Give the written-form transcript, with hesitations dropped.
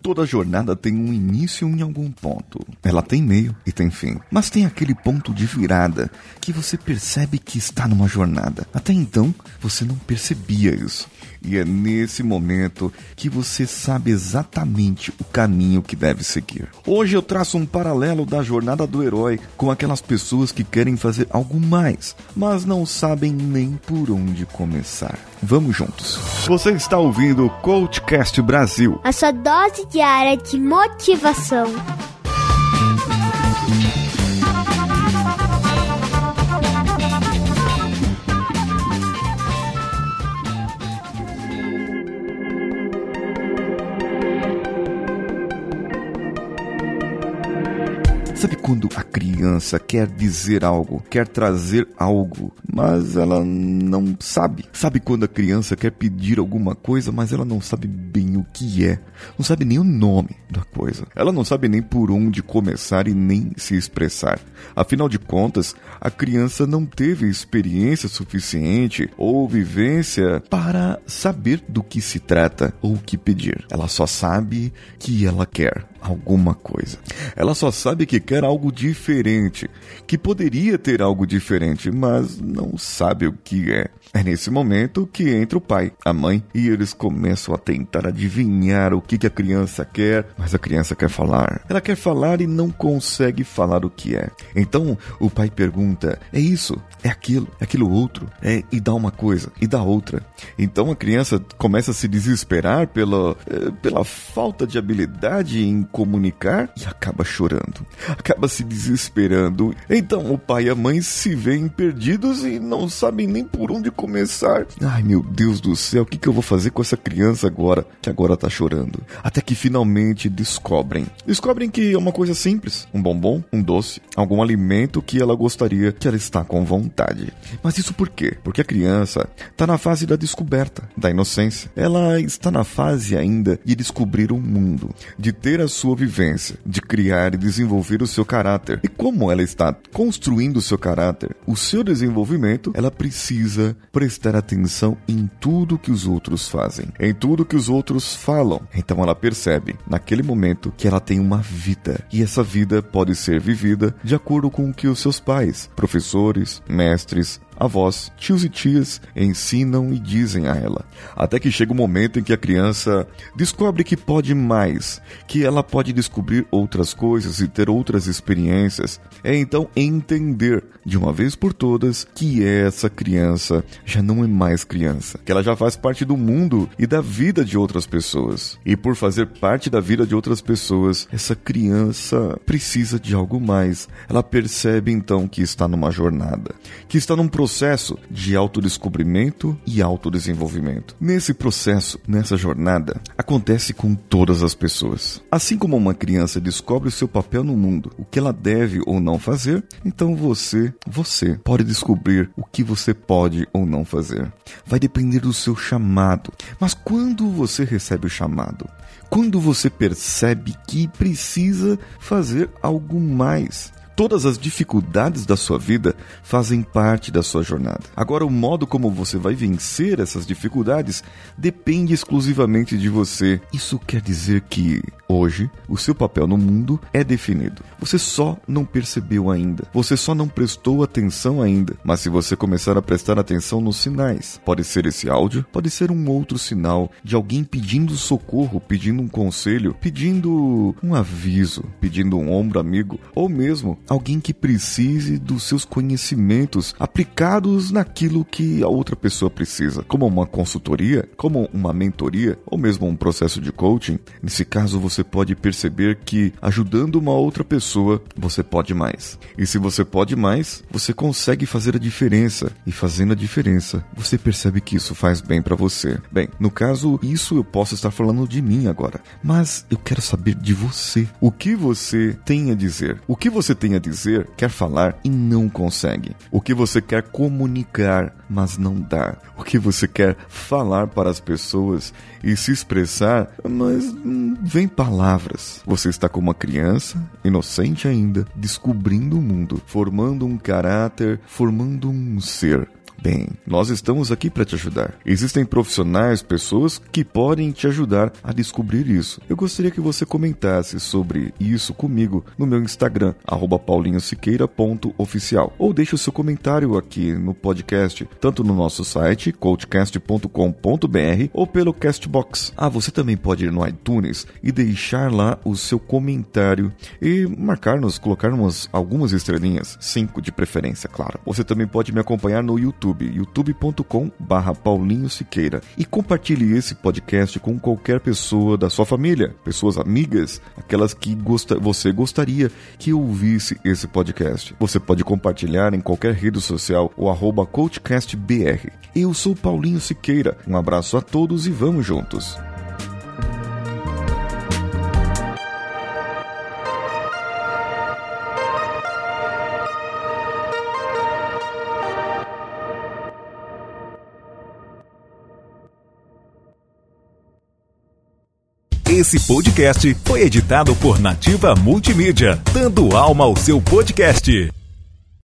Toda jornada tem um início em algum ponto. Ela tem meio e tem fim. Mas tem aquele ponto de virada que você percebe que está numa jornada. Até então, você não percebia isso. E é nesse momento que você sabe exatamente o caminho que deve seguir. Hoje eu traço um paralelo da jornada do herói com aquelas pessoas que querem fazer algo mais, mas não sabem nem por onde começar. Vamos juntos. Você está ouvindo o Coachcast Brasil, a sua dose diária de motivação. Sabe quando a criança quer dizer algo, quer trazer algo, mas ela não sabe? Sabe quando a criança quer pedir alguma coisa, mas ela não sabe bem o que é? Não sabe nem o nome da coisa. Ela não sabe nem por onde começar e nem se expressar. Afinal de contas, a criança não teve experiência suficiente ou vivência para saber do que se trata ou o que pedir. Ela só sabe que ela quer alguma coisa. Ela só sabe que quer algo diferente, que poderia ter algo diferente, mas não sabe o que é. É nesse momento que entra o pai, a mãe, e eles começam a tentar adivinhar o que a criança quer, mas a criança quer falar. Ela quer falar e não consegue falar o que é. Então o pai pergunta, é isso? É aquilo outro? E dá uma coisa, e dá outra. Então a criança começa a se desesperar pela falta de habilidade em comunicar e acaba chorando. Acaba se desesperando. Então o pai e a mãe se veem perdidos e não sabem nem por onde começar. Ai, meu Deus do céu, o que eu vou fazer com essa criança agora, que agora tá chorando? Até que finalmente descobrem que é uma coisa simples, um bombom, um doce, algum alimento que ela gostaria, que ela está com vontade. Mas isso por quê? Porque a criança está na fase da descoberta, da inocência. Ela está na fase ainda de descobrir o mundo, de ter a sua vivência, de criar e desenvolver o seu caráter. E como ela está construindo o seu caráter, o seu desenvolvimento, ela precisa prestar atenção em tudo que os outros fazem, em tudo que os outros falam. Então ela percebe, naquele momento, que ela tem uma vida. E essa vida pode ser vivida de acordo com o que os seus pais, professores, mestres, avós, tios e tias ensinam e dizem a ela. Até que chega o momento em que a criança descobre que pode mais, que ela pode descobrir outras coisas e ter outras experiências. É então entender, de uma vez por todas, que essa criança já não é mais criança, que ela já faz parte do mundo e da vida de outras pessoas. E por fazer parte da vida de outras pessoas, essa criança precisa de algo mais. Ela percebe então que está numa jornada, que está num processo de autodescobrimento e autodesenvolvimento. Nesse processo, nessa jornada, acontece com todas as pessoas. Assim como uma criança descobre o seu papel no mundo, o que ela deve ou não fazer, então você pode descobrir o que você pode ou não fazer. Vai depender do seu chamado. Mas quando você recebe o chamado? Quando você percebe que precisa fazer algo mais? Todas as dificuldades da sua vida fazem parte da sua jornada. Agora, o modo como você vai vencer essas dificuldades depende exclusivamente de você. Isso quer dizer que, hoje, o seu papel no mundo é definido. Você só não percebeu ainda. Você só não prestou atenção ainda. Mas se você começar a prestar atenção nos sinais, pode ser esse áudio, pode ser um outro sinal de alguém pedindo socorro, pedindo um conselho, pedindo um aviso, pedindo um ombro amigo, ou mesmo alguém que precise dos seus conhecimentos aplicados naquilo que a outra pessoa precisa, como uma consultoria, como uma mentoria, ou mesmo um processo de coaching. Nesse caso, você pode perceber que ajudando uma outra pessoa, você pode mais. E se você pode mais, você consegue fazer a diferença. E fazendo a diferença, você percebe que isso faz bem para você. Bem, no caso, isso eu posso estar falando de mim agora, mas eu quero saber de você. O que você tem a dizer? O que você tem a dizer, quer falar e não consegue. O que você quer comunicar, mas não dá. O que você quer falar para as pessoas e se expressar, mas vem palavras. Você está como uma criança, inocente ainda, descobrindo o mundo, formando um caráter, formando um ser. Bem, nós estamos aqui para te ajudar. Existem profissionais, pessoas que podem te ajudar a descobrir isso. Eu gostaria que você comentasse sobre isso comigo no meu Instagram, @paulinhosiqueira.oficial, ou deixe o seu comentário aqui no podcast, tanto no nosso site, coachcast.com.br, ou pelo Castbox. Você também pode ir no iTunes e deixar lá o seu comentário e marcar-nos, colocar-nos algumas estrelinhas, 5 de preferência, claro. Você também pode me acompanhar no YouTube, youtube.com/Paulinho Siqueira, e compartilhe esse podcast com qualquer pessoa da sua família, pessoas amigas, aquelas que você gostaria que ouvisse esse podcast. Você pode compartilhar em qualquer rede social, o @CoachCastBR. Eu sou Paulinho Siqueira, um abraço a todos e vamos juntos! Esse podcast foi editado por Nativa Multimídia, dando alma ao seu podcast.